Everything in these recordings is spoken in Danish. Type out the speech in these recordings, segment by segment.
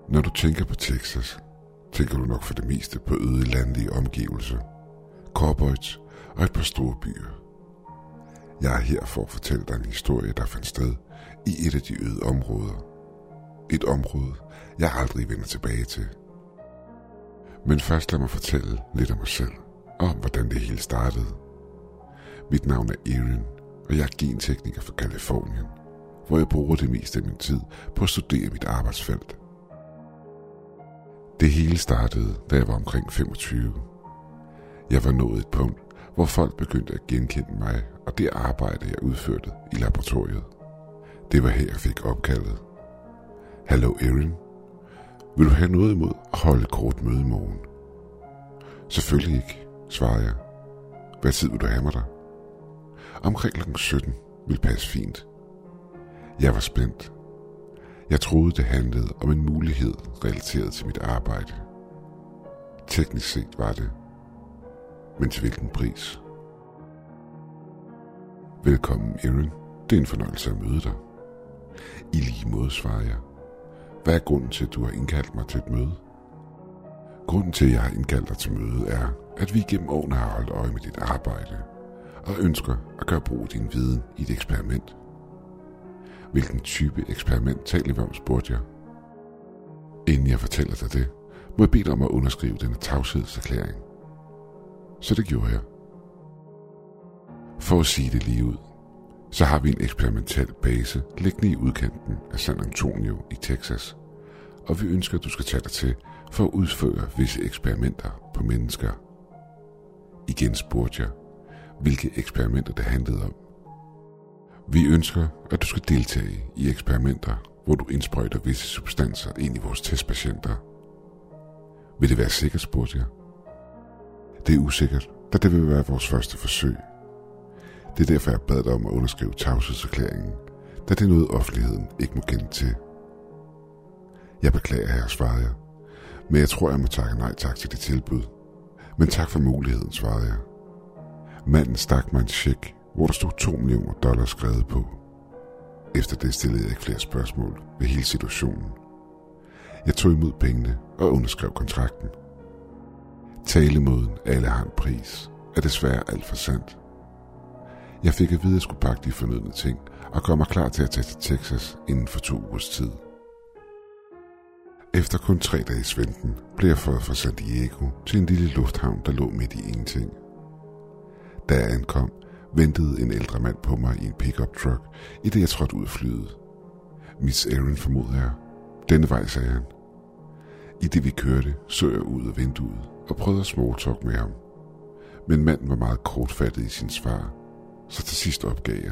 Når du tænker på Texas, tænker du nok for det meste på øde landlige omgivelser, cowboys og et par store byer. Jeg er her for at fortælle dig en historie, der fandt sted i et af de øde områder. Et område, jeg aldrig vender tilbage til. Men først lad mig fortælle lidt om mig selv, og om hvordan det hele startede. Mit navn er Aaron, og jeg er gentekniker fra Californien, hvor jeg bruger det meste af min tid på at studere mit arbejdsfelt. Det hele startede, da jeg var omkring 25. Jeg var nået et punkt, hvor folk begyndte at genkende mig og det arbejde, jeg udførte i laboratoriet. Det var her, jeg fik opkaldet. Hallo Aaron, vil du have noget imod at holde et kort møde i morgen? Selvfølgelig ikke, svarede jeg. Hvad tid vil du have mig der? Omkring kl. 17 ville passe fint. Jeg var spændt. Jeg troede, det handlede om en mulighed relateret til mit arbejde. Teknisk set var det. Men til hvilken pris? Velkommen, Aaron. Det er en fornøjelse at møde dig. I lige måde, svarer jeg. Hvad er grunden til, at du har indkaldt mig til et møde? Grunden til, at jeg har indkaldt dig til møde, er, at vi gennem årene har holdt øje med dit arbejde, og ønsker at gøre brug af din viden i et eksperiment. Hvilken type eksperiment taler vi om, spurgte jeg. Inden jeg fortæller dig det, må jeg bede dig om at underskrive denne tavshedserklæring. Så det gjorde jeg. For at sige det lige ud, så har vi en eksperimentel base liggende i udkanten af San Antonio i Texas, og vi ønsker, at du skal tage dig til for at udføre visse eksperimenter på mennesker. Igen spurgte jeg, hvilke eksperimenter det handlede om. Vi ønsker, at du skal deltage i eksperimenter, hvor du indsprøjter visse substanser ind i vores testpatienter. Vil det være sikkert, spurgte jeg. Det er usikkert, da det vil være vores første forsøg. Det er derfor, jeg bad dig om at underskrive tavshedserklæringen, da det er noget, offentligheden ikke må kende til. Jeg beklager her, svarede jeg, men jeg tror, jeg må takke nej tak til det tilbud. Men tak for muligheden, svarede jeg. Manden stak mig en check, hvor der stod $2 millioner skrevet på. Efter det stillede jeg ikke flere spørgsmål ved hele situationen. Jeg tog imod pengene og underskrev kontrakten. Talemåden alle har en pris er desværre alt for sandt. Jeg fik at vide, at jeg skulle pakke de fornødne ting og gøre mig klar til at tage til Texas inden for 2 ugers tid. Efter kun 3 dages venten blev jeg fløjet fra San Diego til en lille lufthavn, der lå midt i ingenting. Da jeg ankom, ventede en ældre mand på mig i en pickup truck, i det jeg trådte ud af flyet. Miss Aaron, formoder jeg. Denne vej, sagde han. I det vi kørte, så jeg ud af vinduet og prøvede at smalltalk med ham. Men manden var meget kortfattet i sin svar, så til sidst opgav jeg.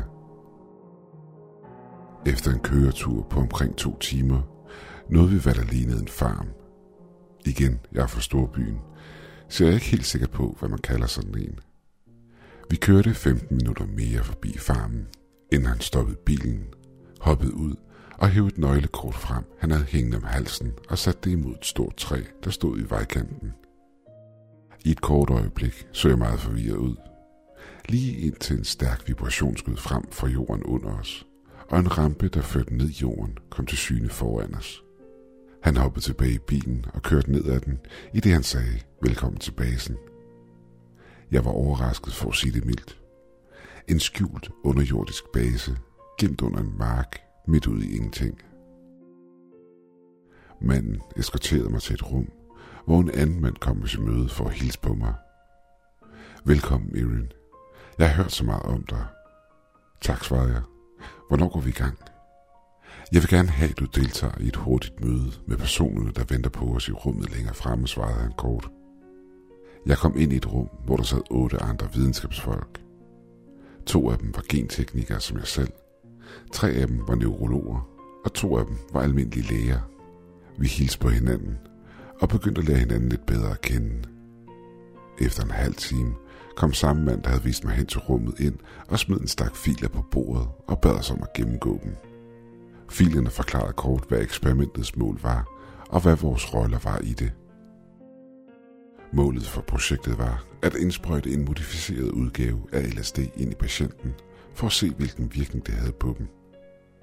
Efter en køretur på omkring 2 timer, nåede vi hvad der lignede en farm. Igen, jeg er fra storbyen, så jeg er ikke helt sikker på, hvad man kalder sådan en. Vi kørte 15 minutter mere forbi farmen, inden han stoppede bilen, hoppede ud og hævde et nøglekort frem, han havde hængende om halsen og satte det imod et stort træ, der stod i vejkanten. I et kort øjeblik så jeg meget forvirret ud. Lige indtil en stærk vibration skød frem fra jorden under os, og en rampe, der førte ned jorden, kom til syne foran os. Han hoppede tilbage i bilen og kørte ned ad den, i det han sagde, velkommen til basen. Jeg var overrasket for at sige det mildt. En skjult underjordisk base, gemt under en mark, midt ude i ingenting. Manden eskorterede mig til et rum, hvor en anden mand kom med sit møde for at hilse på mig. Velkommen, Aaron. Jeg har hørt så meget om dig. Tak, svarede jeg. Hvornår går vi i gang? Jeg vil gerne have, at du deltager i et hurtigt møde med personerne, der venter på os i rummet længere fremme, svarede han kort. Jeg kom ind i et rum, hvor der sad 8 andre videnskabsfolk. 2 af dem var genteknikere som jeg selv. 3 af dem var neurologer, og 2 af dem var almindelige læger. Vi hilste på hinanden og begyndte at lære hinanden lidt bedre at kende. Efter en halv time kom samme mand, der havde vist mig hen til rummet ind og smed en stak filer på bordet og bad os om at gennemgå dem. Filerne forklarede kort, hvad eksperimentets mål var, og hvad vores roller var i det. Målet for projektet var at indsprøjte en modificeret udgave af LSD ind i patienten, for at se, hvilken virkning det havde på dem.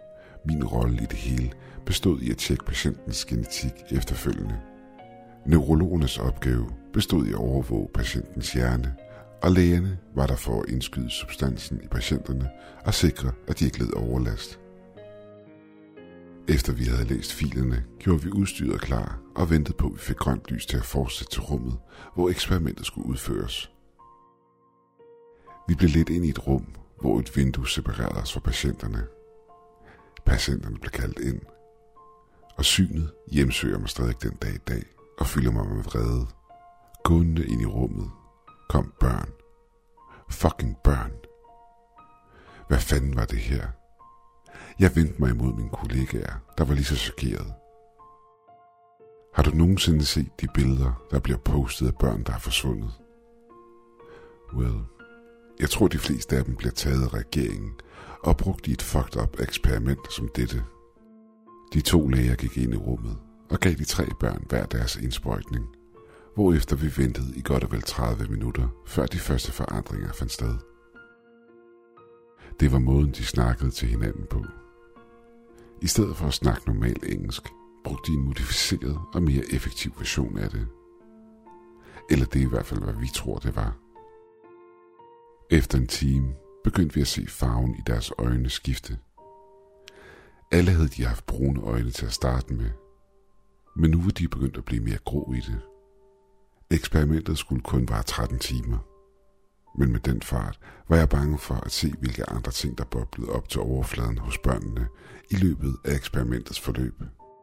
Min rolle i det hele bestod i at tjekke patientens genetik efterfølgende. Neurologernes opgave bestod i at overvåge patientens hjerne, og lægerne var der for at indskyde substansen i patienterne og sikre, at de ikke led overlast. Efter vi havde læst filerne, gjorde vi udstyret klar og ventede på, at vi fik grønt lys til at fortsætte til rummet, hvor eksperimentet skulle udføres. Vi blev ledt ind i et rum, hvor et vindue separerede os fra patienterne. Patienterne blev kaldt ind, og synet hjemsøger mig stadig den dag i dag og fylder mig med vrede. Gående ind i rummet kom børn. Fucking børn. Hvad fanden var det her? Jeg vendte mig imod mine kollegaer, der var lige så chokeret. Har du nogensinde set de billeder, der bliver postet af børn, der er forsvundet? Well, jeg tror de fleste af dem bliver taget af regeringen og brugt i et fucked up eksperiment som dette. De 2 læger gik ind i rummet og gav de 3 børn hver deres indsprøjtning, hvorefter vi ventede i godt og vel 30 minutter, før de første forandringer fandt sted. Det var måden, de snakkede til hinanden på. I stedet for at snakke normalt engelsk, brugte de en modificeret og mere effektiv version af det. Eller det er i hvert fald, hvad vi tror, det var. Efter en time begyndte vi at se farven i deres øjne skifte. Alle havde de haft brune øjne til at starte med, men nu var de begyndt at blive mere grå i det. Eksperimentet skulle kun vare 13 timer, men med den fart var jeg bange for at se, hvilke andre ting, der boblede op til overfladen hos børnene i løbet af eksperimentets forløb.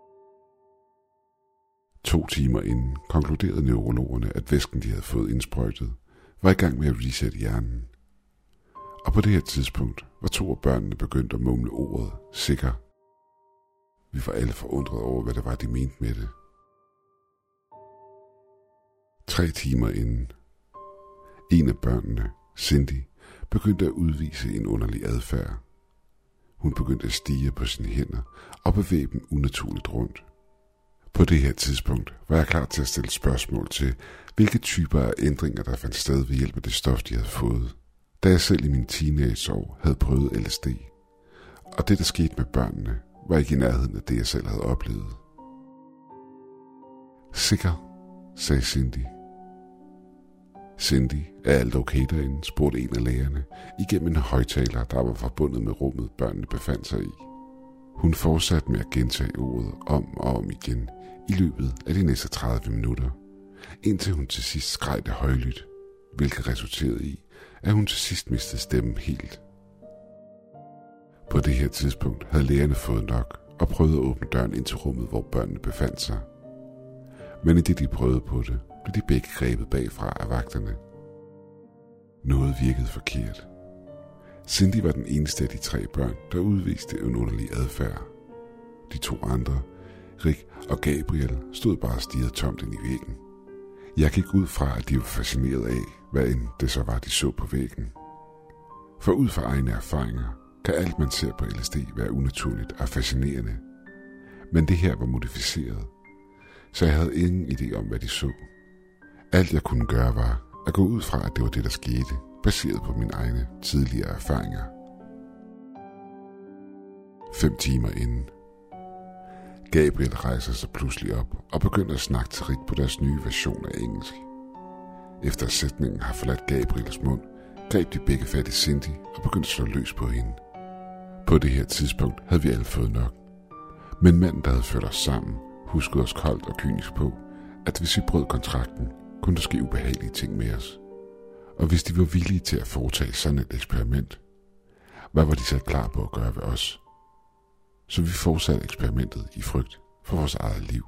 2 timer inden konkluderede neurologerne, at væsken, de havde fået indsprøjtet, var i gang med at resette hjernen. Og på det her tidspunkt var 2 af børnene begyndt at mumle ordet sikker. Vi var alle forundrede over, hvad det var, de mente med det. 3 timer inden. En af børnene, Cindy, begyndte at udvise en underlig adfærd. Hun begyndte at stirre på sine hænder og bevæge dem unaturligt rundt. På det her tidspunkt var jeg klar til at stille spørgsmål til, hvilke typer af ændringer, der fandt sted ved hjælp af det stof, de havde fået, da jeg selv i min teenageår havde prøvet LSD. Og det, der skete med børnene, var ikke i nærheden af det, jeg selv havde oplevet. Sikker, sagde Cindy. Cindy, er alt okay derinde, spurgte en af lægerne, igennem en højtaler, der var forbundet med rummet, børnene befandt sig i. Hun fortsatte med at gentage ordet om og om igen i løbet af de næste 30 minutter, indtil hun til sidst skreg det højlydt, hvilket resulterede i, at hun til sidst mistede stemmen helt. På det her tidspunkt havde lægerne fået nok og prøvede at åbne døren ind til rummet, hvor børnene befandt sig. Men i det de prøvede på det, blev de begge grebet bagfra af vagterne. Noget virkede forkert. Cindy var den eneste af de 3 børn, der udviste en underlig adfærd. De 2 andre, Rick og Gabriel, stod bare og stirrede tomt ind i væggen. Jeg gik ud fra, at de var fascineret af, hvad end det så var, de så på væggen. For ud fra egne erfaringer, kan alt man ser på LSD være unaturligt og fascinerende. Men det her var modificeret, så jeg havde ingen idé om, hvad de så. Alt jeg kunne gøre var at gå ud fra, at det var det, der skete, baseret på mine egne tidligere erfaringer. 5 timer inden. Gabriel rejser sig pludselig op og begynder at snakke til Rick på deres nye version af engelsk. Efter sætningen har forladt Gabriels mund, greb de begge fat i Cindy og begyndte at slå løs på hende. På det her tidspunkt havde vi alle fået nok. Men manden, der havde ført os sammen, huskede os koldt og kynisk på, at hvis vi brød kontrakten, kunne der ske ubehagelige ting med os. Og hvis de var villige til at foretage sådan et eksperiment, hvad var de så klar på at gøre ved os? Så vi fortsatte eksperimentet i frygt for vores eget liv.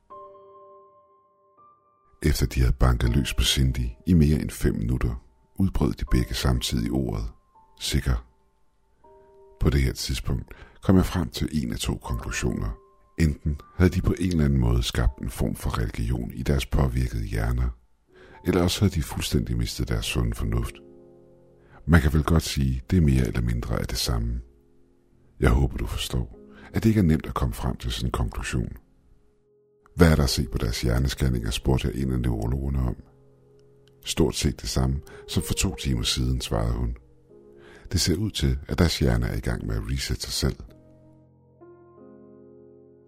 Efter de havde banket løs på Cindy i mere end 5 minutter, udbrød de begge samtidig ordet sikker. På det her tidspunkt kom jeg frem til en af 2 konklusioner. Enten havde de på en eller anden måde skabt en form for religion i deres påvirkede hjerner, eller også havde de fuldstændig mistet deres sunde fornuft. Man kan vel godt sige, det er mere eller mindre af det samme. Jeg håber, du forstår, at det ikke er nemt at komme frem til sådan en konklusion. Hvad er der at se på deres hjernescanninger, spurgte jeg en af neurologerne om. Stort set det samme, som for 2 timer siden, svarede hun. Det ser ud til, at deres hjerne er i gang med at resette sig selv.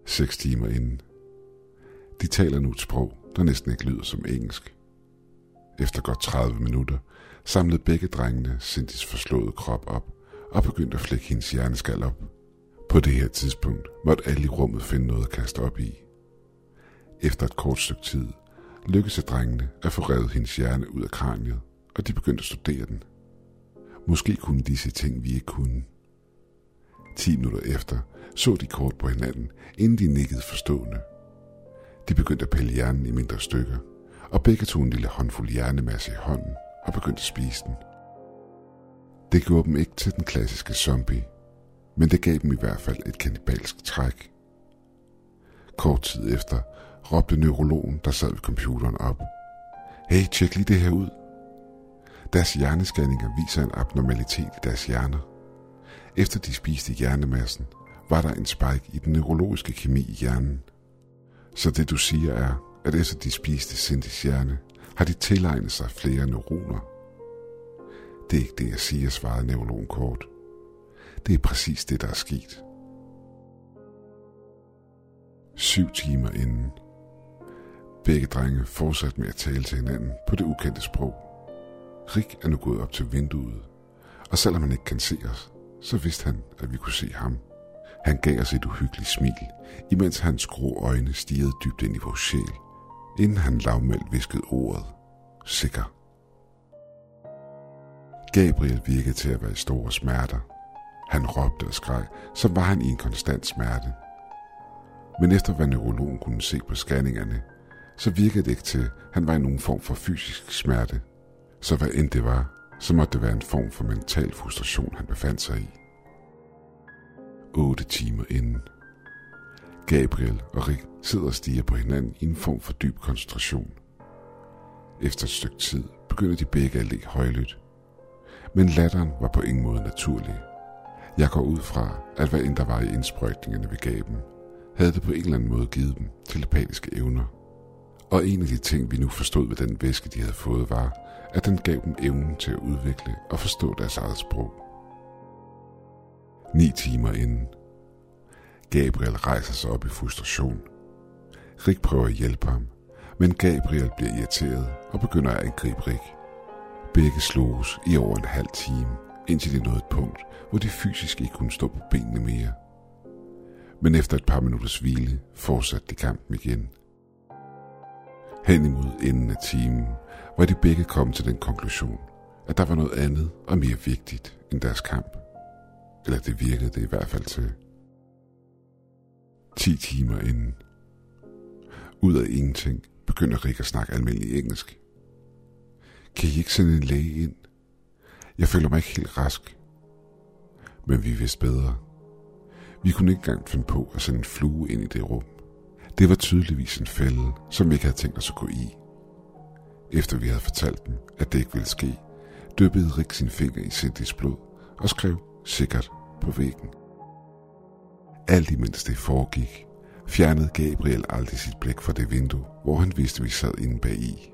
6 timer inden. De taler nu et sprog, der næsten ikke lyder som engelsk. Efter godt 30 minutter samlede begge drengene Cindys forslåede krop op og begyndte at flække hendes hjerneskal op. På det her tidspunkt måtte alle i rummet finde noget at kaste op i. Efter et kort stykke tid lykkedes det drengene at få revet hendes hjerne ud af kraniet, og de begyndte at studere den. Måske kunne de se ting, vi ikke kunne. 10 minutter efter så de kort på hinanden, inden de nikkede forstående. De begyndte at pille hjernen i mindre stykker, og begge tog en lille håndfuld hjernemasse i hånden og begyndte at spise den. Det gjorde dem ikke til den klassiske zombie, men det gav dem i hvert fald et kannibalsk træk. Kort tid efter råbte neurologen, der sad ved computeren op: "Hey, tjek lige det her ud." Deres hjernescanninger viser en abnormalitet i deres hjerner. Efter de spiste hjernemassen, var der en spike i den neurologiske kemi i hjernen. Så det du siger er, at efter de spiste Cindys hjerne, har de tilegnet sig flere neuroner. Det er ikke det, jeg siger, svarede neurologen kort. Det er præcis det, der er sket. 7 timer inden. Begge drenge fortsatte med at tale til hinanden på det ukendte sprog. Rick er nu gået op til vinduet, og selvom han ikke kan se os, så vidste han, at vi kunne se ham. Han gav os et uhyggeligt smil, imens hans grå øjne stirrede dybt ind i vores sjæl, inden han lavmældt hviskede ordet: "Sikker." Gabriel virkede til at være i store smerter. Han råbte og skreg, som var han i en konstant smerte. Men efter hvad neurologen kunne se på scanningerne, så virkede det ikke til, at han var i nogen form for fysisk smerte. Så hvad end det var, så måtte det være en form for mental frustration, han befandt sig i. 8 timer inden. Gabriel og Rick sidder og stiger på hinanden i en form for dyb koncentration. Efter et stykke tid begynder de begge at le højlydt. Men latteren var på ingen måde naturlig. Jeg går ud fra, at hvad end der var i indsprøjtningerne, vi gav dem, havde det på en eller anden måde givet dem telepatiske evner. Og en af de ting, vi nu forstod ved den væske, de havde fået, var, at den gav dem evnen til at udvikle og forstå deres eget sprog. 9 timer inden. Gabriel rejser sig op i frustration. Rick prøver at hjælpe ham, men Gabriel bliver irriteret og begynder at angribe Rick. Begge sloges i over en halv time, indtil de nåede et punkt, hvor de fysisk ikke kunne stå på benene mere. Men efter et par minutters hvile fortsatte de kampen igen. Hen imod enden af timen var de begge kommet til den konklusion, at der var noget andet og mere vigtigt end deres kamp. Eller det virkede det i hvert fald til. 10 timer inden. Ud af ingenting begynder Rick at snakke almindelig engelsk. "Kan I ikke sende en læge ind? Jeg føler mig ikke helt rask." Men vi vidste bedre. Vi kunne ikke engang finde på at sende en flue ind i det rum. Det var tydeligvis en fælde, som vi ikke havde tænkt os at gå i. Efter vi havde fortalt dem, at det ikke ville ske, dyppede Rick sin finger i Cindys blod og skrev "sikkert" på væggen. Alt imens det foregik, fjernede Gabriel aldrig sit blik fra det vindue, hvor han vidste, vi sad inde bagi.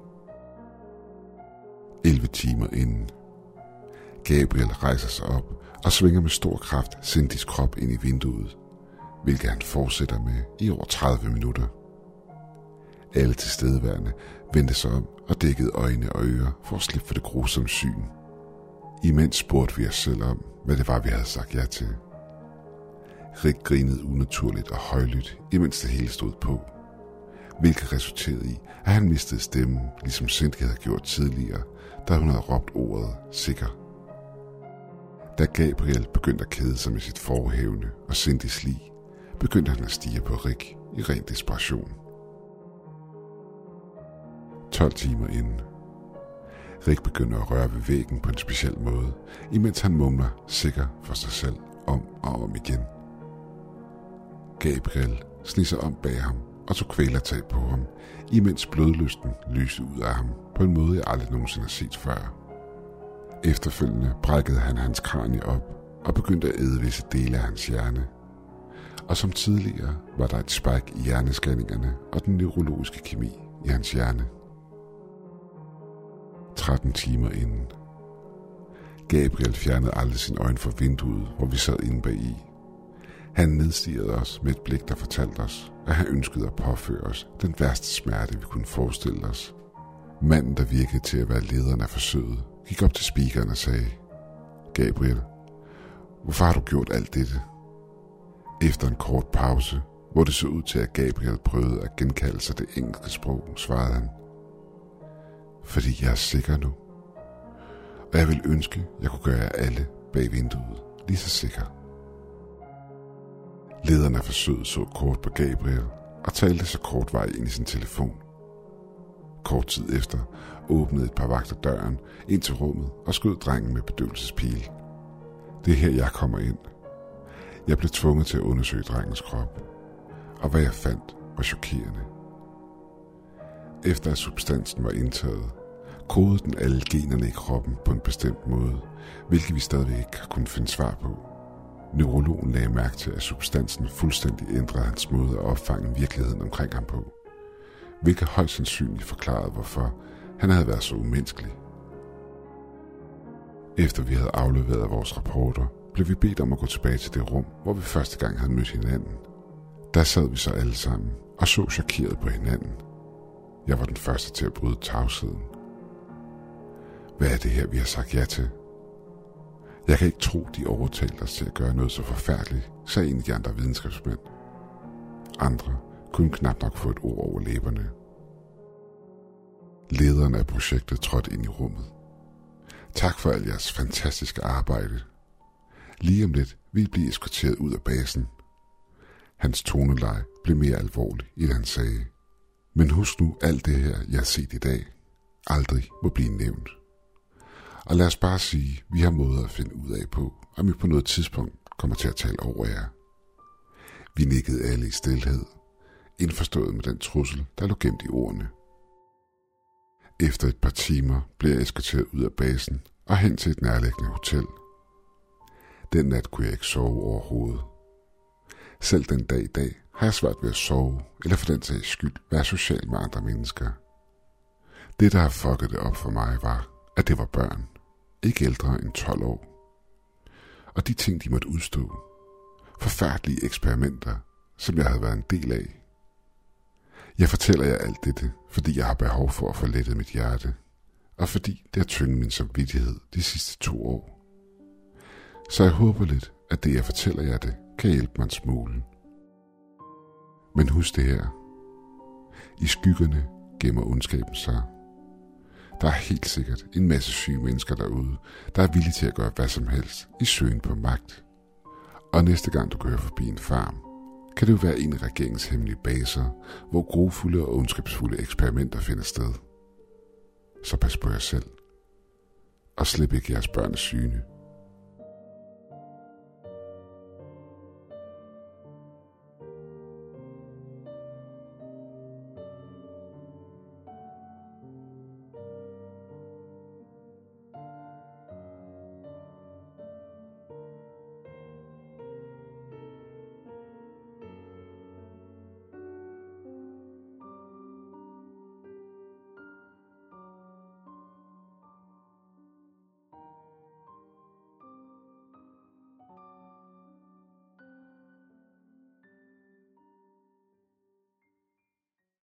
11 timer inden. Gabriel rejser sig op og svinger med stor kraft Cindys krop ind i vinduet, hvilket han fortsætter med i over 30 minutter. Alle tilstedeværende vendte sig om og dækkede øjne og ører for at slippe for det grusomme syn. Imens spurgte vi os selv om, hvad det var, vi havde sagt ja til. Rick grinede unaturligt og højlydt, imens det hele stod på, hvilket resulterede i, at han mistede stemmen, ligesom Cindy havde gjort tidligere, da hun havde råbt ordet "sikker". Da Gabriel begyndte at kede sig med sit forhævne og Cindys lig, begyndte han at stirre på Rick i ren desperation. 12 timer inden. Rick begynder at røre ved væggen på en speciel måde, imens han mumler "sikker" for sig selv om og om igen. Gabriel snisser om bag ham og tog kvælertag på ham, imens blodlysten lyste ud af ham på en måde, jeg aldrig nogensinde har set før. Efterfølgende brækkede han hans kranie op og begyndte at æde visse dele af hans hjerne. Og som tidligere var der et spike i hjernescanningerne og den neurologiske kemi i hans hjerne. 13 timer inden. Gabriel fjernede aldrig sin øjne fra vinduet, hvor vi sad inde bagi. Han nedstirrede os med et blik, der fortalte os, at han ønskede at påføre os den værste smerte, vi kunne forestille os. Manden, der virkede til at være lederen af forsøget, gik op til speakeren og sagde: Gabriel, hvorfor har du gjort alt dette? Efter en kort pause, hvor det så ud til, at Gabriel prøvede at genkalde sig det engelske sprog, svarede han: Fordi jeg er sikker nu. Og jeg vil ønske, jeg kunne gøre jer alle bag vinduet lige så sikker. Lederen af forsøget så kort på Gabriel og talte så kort vej ind i sin telefon. Kort tid efter åbnede et par vagter døren ind til rummet og skød drengen med bedøvelsespil. Det er her, jeg kommer ind. Jeg blev tvunget til at undersøge drengens krop, og hvad jeg fandt var chokerende. Efter at substansen var indtaget, kodede den alle generne i kroppen på en bestemt måde, hvilket vi stadigvæk ikke har kunnet finde svar på. Neurologen lagde mærke til, at substansen fuldstændig ændrede hans måde at opfange virkeligheden omkring ham på, hvilket højst sandsynligt forklarede, hvorfor han havde været så umenneskelig. Efter vi havde afleveret vores rapporter, blev vi bedt om at gå tilbage til det rum, hvor vi første gang havde mødt hinanden. Der sad vi så alle sammen og så chokeret på hinanden. Jeg var den første til at bryde tavsheden. Hvad er det her, vi har sagt ja til? Jeg kan ikke tro, de overtalte os til at gøre noget så forfærdeligt, sagde en af de andre videnskabsmænd. Andre kunne knap nok få et ord over læberne. Lederen af projektet trådte ind i rummet. Tak for al jeres fantastiske arbejde. Lige om lidt vil I blive eskorteret ud af basen. Hans toneleje blev mere alvorlig, end han sagde: Men husk nu, alt det her, jeg har set i dag, aldrig må blive nævnt. Og lad os bare sige, at vi har måder at finde ud af på, om vi på noget tidspunkt kommer til at tale over jer. Vi nikkede alle i stilhed, indforstået med den trussel, der lå gemt i ordene. Efter et par timer blev jeg eskorteret ud af basen og hen til et nærliggende hotel. Den nat kunne jeg ikke sove overhovedet. Selv den dag i dag har jeg svært ved at sove, eller for den sags skyld være social med andre mennesker. Det, der har fucket det op for mig, var, at det var børn, ikke ældre end 12 år. Og de ting, de måtte udstå. Forfærdelige eksperimenter, som jeg havde været en del af. Jeg fortæller jer alt dette, fordi jeg har behov for at få lettet mit hjerte, og fordi det har tynget min samvittighed de sidste 2 år. Så jeg håber lidt, at det, jeg fortæller jer det, kan hjælpe mig en smule. Men husk det her. I skyggerne gemmer ondskaben sig. Der er helt sikkert en masse syge mennesker derude, der er villige til at gøre hvad som helst i søgen på magt. Og næste gang du kører forbi en farm, kan det jo være en af regeringens hemmelige baser, hvor grofulde og ondskabsfulde eksperimenter finder sted. Så pas på jer selv. Og slip ikke jeres børn af syne.